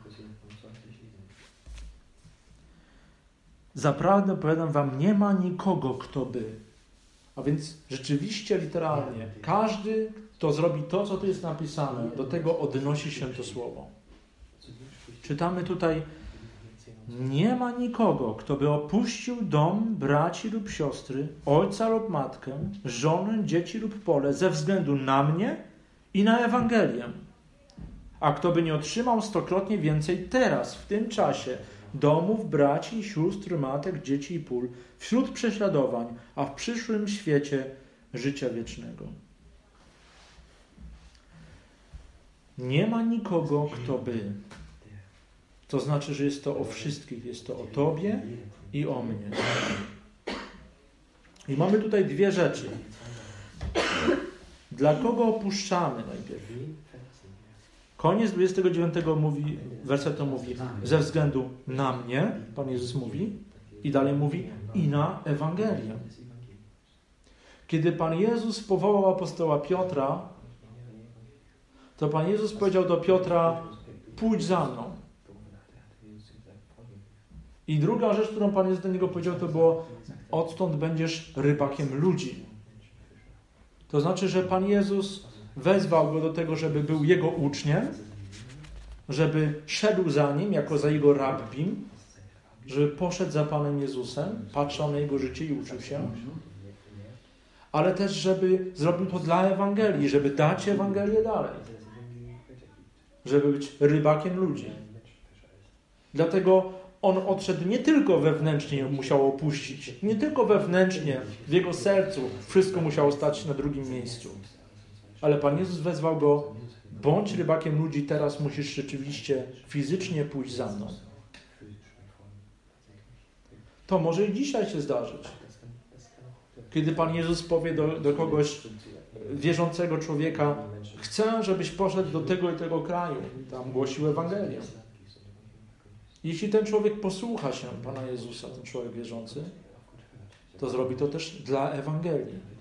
zaprawdę powiadam wam, nie ma nikogo, kto by. A więc rzeczywiście, literalnie, każdy, kto zrobi to, co tu jest napisane, do tego odnosi się to słowo. Czytamy tutaj: nie ma nikogo, kto by opuścił dom, braci lub siostry, ojca lub matkę, żonę, dzieci lub pole ze względu na mnie i na Ewangelię. A kto by nie otrzymał stokrotnie więcej teraz, w tym czasie, domów, braci, sióstr, matek, dzieci i pól, wśród prześladowań, a w przyszłym świecie życia wiecznego. Nie ma nikogo, kto by. To znaczy, że jest to o wszystkich. Jest to o Tobie i o mnie. I mamy tutaj dwie rzeczy. Dla kogo opuszczamy najpierw? Koniec 29 wersetu mówi ze względu na mnie, Pan Jezus mówi, i dalej mówi i na Ewangelię. Kiedy Pan Jezus powołał apostoła Piotra, to Pan Jezus powiedział do Piotra: pójdź za mną. I druga rzecz, którą Pan Jezus do niego powiedział, to było: odtąd będziesz rybakiem ludzi. To znaczy, że Pan Jezus wezwał go do tego, żeby był jego uczniem, żeby szedł za nim jako za jego rabbim, żeby poszedł za Panem Jezusem, patrzył na jego życie i uczył się, ale też, żeby zrobił to dla Ewangelii, żeby dać Ewangelię dalej, żeby być rybakiem ludzi. Dlatego on odszedł nie tylko wewnętrznie, musiał opuścić, nie tylko wewnętrznie, w jego sercu wszystko musiało stać na drugim miejscu. Ale Pan Jezus wezwał go: bądź rybakiem ludzi, teraz musisz rzeczywiście fizycznie pójść za mną. To może i dzisiaj się zdarzyć. Kiedy Pan Jezus powie do kogoś wierzącego człowieka: chcę, żebyś poszedł do tego i tego kraju, tam głosił Ewangelię. Jeśli ten człowiek posłucha się Pana Jezusa, ten człowiek wierzący, to zrobi to też dla Ewangelii.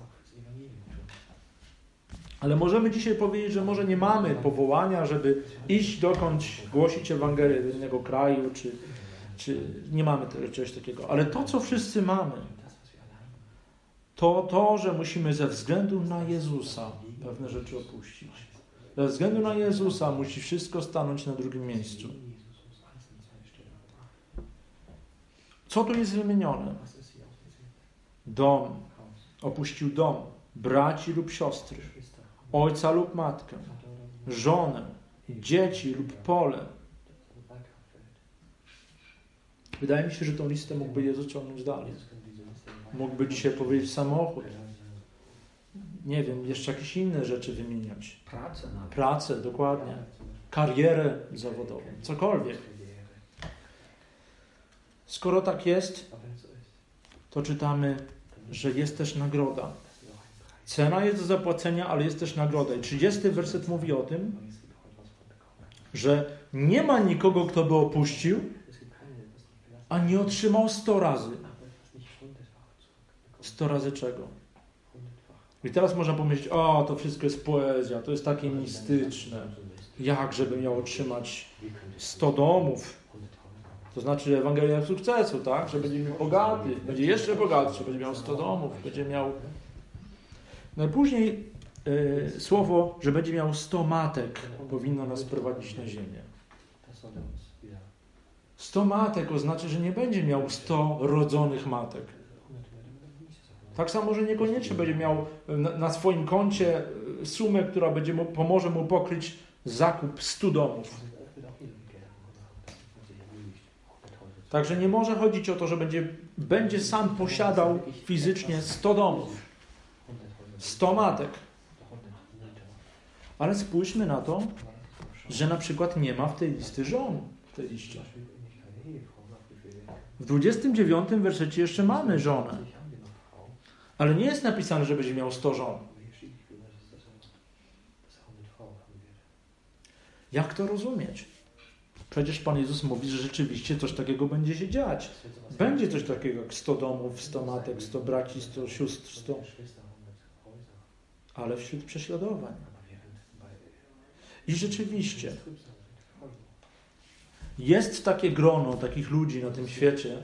Ale możemy dzisiaj powiedzieć, że może nie mamy powołania, żeby iść dokądś, głosić Ewangelię do innego kraju, czy nie mamy czegoś takiego. Ale to, co wszyscy mamy, to, że musimy ze względu na Jezusa pewne rzeczy opuścić. Ze względu na Jezusa musi wszystko stanąć na drugim miejscu. Co tu jest wymienione? Dom. Opuścił dom. Braci lub siostry. Ojca lub matkę. Żonę. Dzieci lub pole. Wydaje mi się, że tą listę mógłby Jezus ciągnąć dalej. Mógłby dzisiaj powiedzieć samochód. Nie wiem, jeszcze jakieś inne rzeczy wymieniać. Pracę, dokładnie. Karierę zawodową. Cokolwiek. Skoro tak jest, to czytamy, że jest też nagroda. Cena jest do zapłacenia, ale jest też nagroda. I 30 werset mówi o tym, że nie ma nikogo, kto by opuścił, a nie otrzymał 100 razy. 100 razy czego? I teraz można pomyśleć: o, to wszystko jest poezja, to jest takie mistyczne. Jak, żeby miał otrzymać 100 domów? To znaczy Ewangelia sukcesu, tak? Że będzie miał bogaty, będzie jeszcze bogatszy, będzie miał 100 domów, będzie miał... Najpóźniej słowo, że będzie miał 100 matek, powinno nas prowadzić na ziemię. 100 matek oznacza, że nie będzie miał 100 rodzonych matek. Tak samo, że niekoniecznie będzie miał na swoim koncie sumę, która pomoże mu pokryć zakup 100 domów. Także nie może chodzić o to, że będzie sam posiadał fizycznie 100 domów, 100 matek. Ale spójrzmy na to, że na przykład nie ma w tej listy żon, w tej liście. W 29 wersecie jeszcze mamy żonę, ale nie jest napisane, że będzie miał 100 żon. Jak to rozumieć? Przecież Pan Jezus mówi, że rzeczywiście coś takiego będzie się dziać. Będzie coś takiego jak 100 domów, 100 matek, 100 braci, 100 sióstr, 100... Ale wśród prześladowań. I rzeczywiście jest takie grono takich ludzi na tym świecie,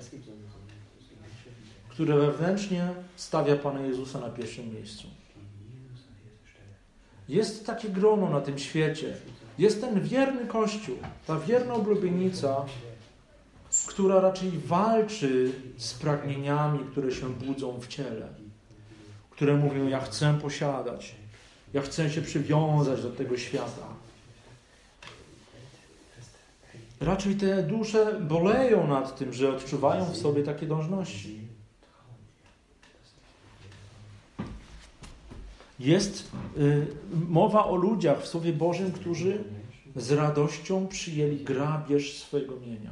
które wewnętrznie stawia Pana Jezusa na pierwszym miejscu. Jest takie grono na tym świecie. Jest ten wierny Kościół, ta wierna oblubienica, która raczej walczy z pragnieniami, które się budzą w ciele. Które mówią, ja chcę posiadać. Ja chcę się przywiązać do tego świata. Raczej te dusze boleją nad tym, że odczuwają w sobie takie dążności. Jest mowa o ludziach w Słowie Bożym, którzy z radością przyjęli grabież swojego mienia.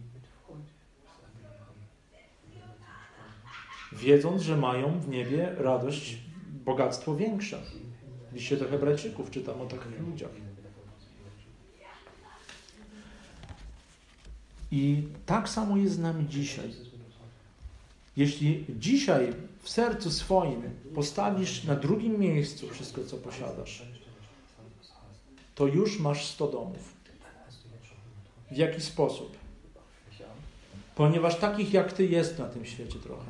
Wiedząc, że mają w niebie radość, bogactwo większe. W liście do Hebrajczyków czytam o takich ludziach. I tak samo jest z nami dzisiaj. Jeśli dzisiaj w sercu swoim postawisz na drugim miejscu wszystko, co posiadasz, to już masz 100 domów. W jaki sposób? Ponieważ takich jak ty jest na tym świecie trochę.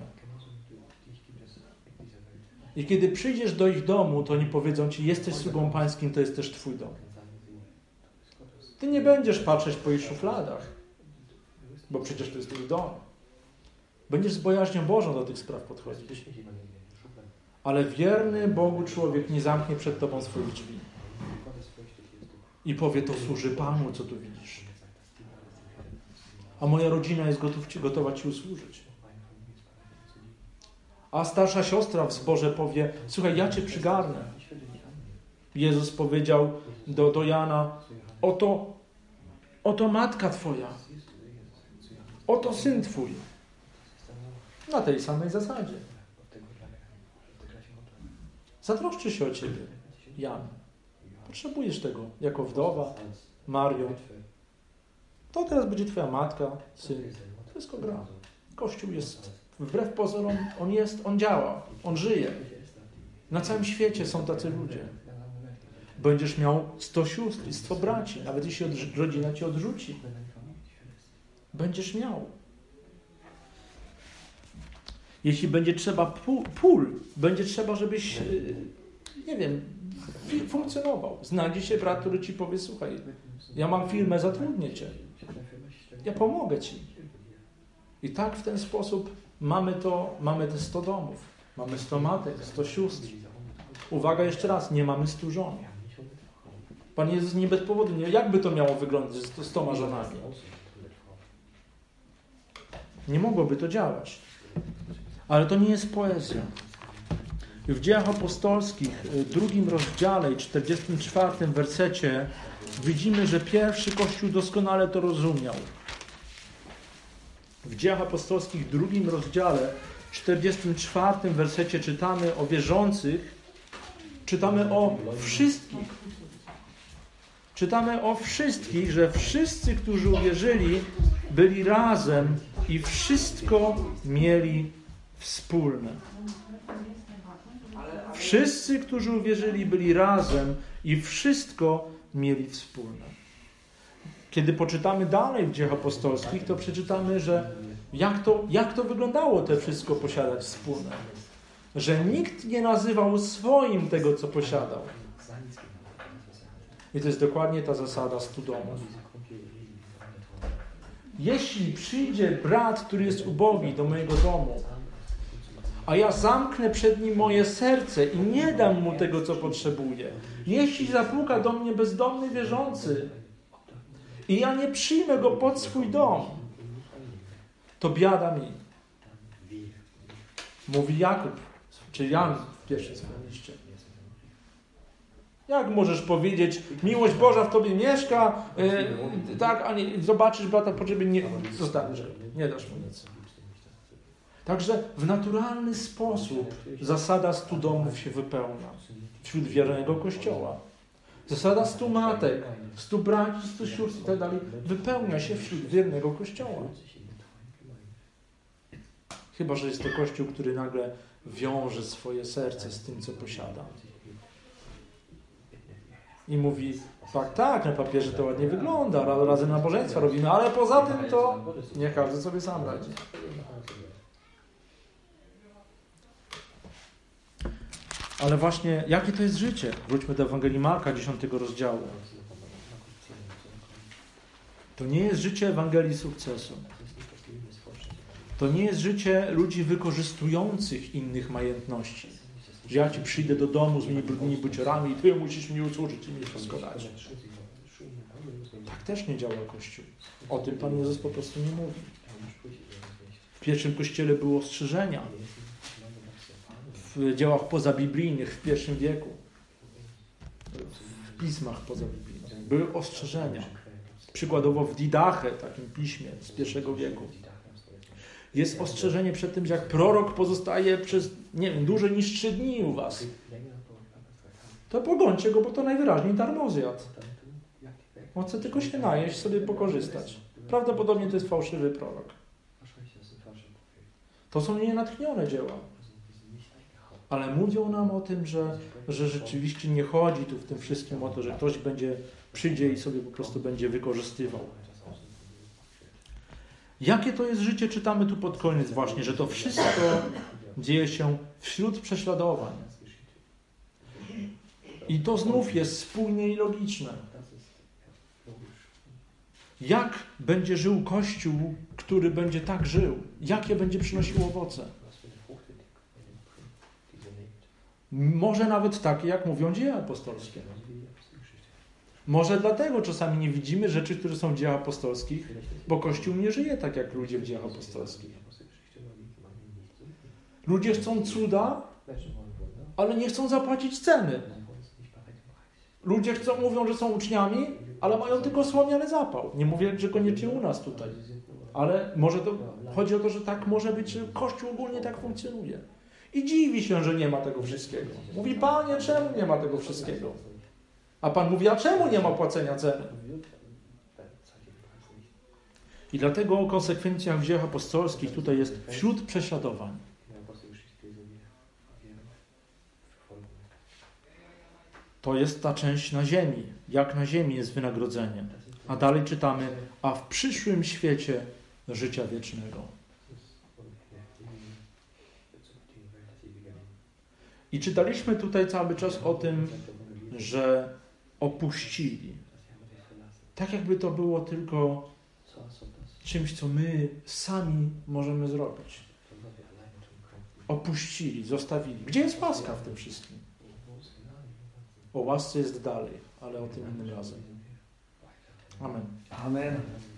I kiedy przyjdziesz do ich domu, to oni powiedzą ci, jesteś sługą pańskim, to jest też twój dom. Ty nie będziesz patrzeć po ich szufladach, bo przecież to jest ich dom. Będziesz z bojaźnią Bożą do tych spraw podchodzić. Ale wierny Bogu człowiek nie zamknie przed tobą swoich drzwi. I powie, to służy Panu, co tu widzisz. A moja rodzina jest gotowa ci usłużyć. A starsza siostra w zborze powie, słuchaj, ja cię przygarnę. Jezus powiedział do Jana, oto matka twoja, oto syn twój. Na tej samej zasadzie. Zatroszczy się o ciebie, Jan. Potrzebujesz tego jako wdowa, Mario. To teraz będzie twoja matka, syn. Wszystko gra. Kościół jest, wbrew pozorom, on działa, on żyje. Na całym świecie są tacy ludzie. Będziesz miał 100 sióstr i 100 braci, nawet jeśli rodzina cię odrzuci. Będziesz miał. Jeśli będzie trzeba pól, będzie trzeba, żebyś, nie wiem, funkcjonował. Znajdzie się brat, który ci powie, słuchaj, ja mam firmę, zatrudnię cię. Ja pomogę ci. I tak w ten sposób mamy te 100 domów. Mamy 100 matek, 100 sióstr. Uwaga jeszcze raz, nie mamy 100 żon. Pan Jezus nie bez powodu, jakby to miało wyglądać z 100 żonami? Nie mogłoby to działać. Ale to nie jest poezja. W Dziejach Apostolskich, 2 rozdziale i 44 wersecie widzimy, że pierwszy Kościół doskonale to rozumiał. W Dziejach Apostolskich, 2 rozdziale, 44 wersecie czytamy o wierzących, czytamy o wszystkich. Czytamy o wszystkich, że wszyscy, którzy uwierzyli, byli razem i wszystko mieli wspólne. Wszyscy, którzy uwierzyli, byli razem i wszystko mieli wspólne. Kiedy poczytamy dalej w Dziejach Apostolskich, to przeczytamy, że jak to wyglądało te wszystko posiadać wspólne. Że nikt nie nazywał swoim tego, co posiadał. I to jest dokładnie ta zasada 100 domów. Jeśli przyjdzie brat, który jest ubogi do mojego domu, a ja zamknę przed nim moje serce i nie dam mu tego, co potrzebuje. Jeśli zapuka do mnie bezdomny wierzący i ja nie przyjmę go pod swój dom, to biada mi. Mówi Jakub, czy Jan w pierwszym swoim liście. Jak możesz powiedzieć, miłość Boża w tobie mieszka, tak, a nie, zobaczysz brata po ciebie, nie zostaniesz, nie dasz mu nic. Także w naturalny sposób zasada 100 domów się wypełnia wśród wiernego Kościoła. Zasada 100 matek, 100 braci, 100 sióstr i tak dalej wypełnia się wśród wiernego Kościoła. Chyba że jest to Kościół, który nagle wiąże swoje serce z tym, co posiada. I mówi, tak, na papierze to ładnie wygląda, razem nabożeństwa robimy, ale poza tym to niech każdy sobie sam radzi. Ale właśnie, jakie to jest życie? Wróćmy do Ewangelii Marka, 10 rozdziału. To nie jest życie Ewangelii sukcesu. To nie jest życie ludzi wykorzystujących innych majątności. Że ja ci przyjdę do domu z moimi brudnymi buciorami i ty musisz mi usłużyć i mi wszystko dać. Tak też nie działa Kościół. O tym Pan Jezus po prostu nie mówi. W pierwszym Kościele było ostrzeżenia. W dziełach pozabiblijnych w I wieku. W pismach pozabiblijnych. Były ostrzeżenia. Przykładowo w Didache, takim piśmie z I wieku. Jest ostrzeżenie przed tym, że jak prorok pozostaje przez, dłużej niż 3 dni u was, to pogońcie go, bo to najwyraźniej darmo zjadł. On chce tylko się najeść, sobie pokorzystać. Prawdopodobnie to jest fałszywy prorok. To są nienatchnione dzieła. Ale mówią nam o tym, że rzeczywiście nie chodzi tu w tym wszystkim o to, że ktoś przyjdzie i sobie po prostu będzie wykorzystywał. Jakie to jest życie, czytamy tu pod koniec właśnie, że to wszystko dzieje się wśród prześladowań. I to znów jest spójne i logiczne. Jak będzie żył Kościół, który będzie tak żył? Jakie będzie przynosił owoce? Może nawet takie, jak mówią dzieje apostolskie. Może dlatego czasami nie widzimy rzeczy, które są w dziejach apostolskich, bo Kościół nie żyje tak, jak ludzie w dziejach apostolskich. Ludzie chcą cuda, ale nie chcą zapłacić ceny. Ludzie mówią, że są uczniami, ale mają tylko słomiany zapał. Nie mówię, że koniecznie u nas tutaj. Ale może to chodzi o to, że tak może być, że Kościół ogólnie tak funkcjonuje. I dziwi się, że nie ma tego wszystkiego. Mówi, Panie, czemu nie ma tego wszystkiego? A Pan mówi, a czemu nie ma płacenia ceny? I dlatego o konsekwencjach w dziejach apostolskich tutaj jest wśród prześladowań. To jest ta część na ziemi. Jak na ziemi jest wynagrodzenie. A dalej czytamy, a w przyszłym świecie życia wiecznego. I czytaliśmy tutaj cały czas o tym, że opuścili. Tak jakby to było tylko czymś, co my sami możemy zrobić. Opuścili, zostawili. Gdzie jest łaska w tym wszystkim? O łasce jest dalej, ale o tym innym razem. Amen. Amen.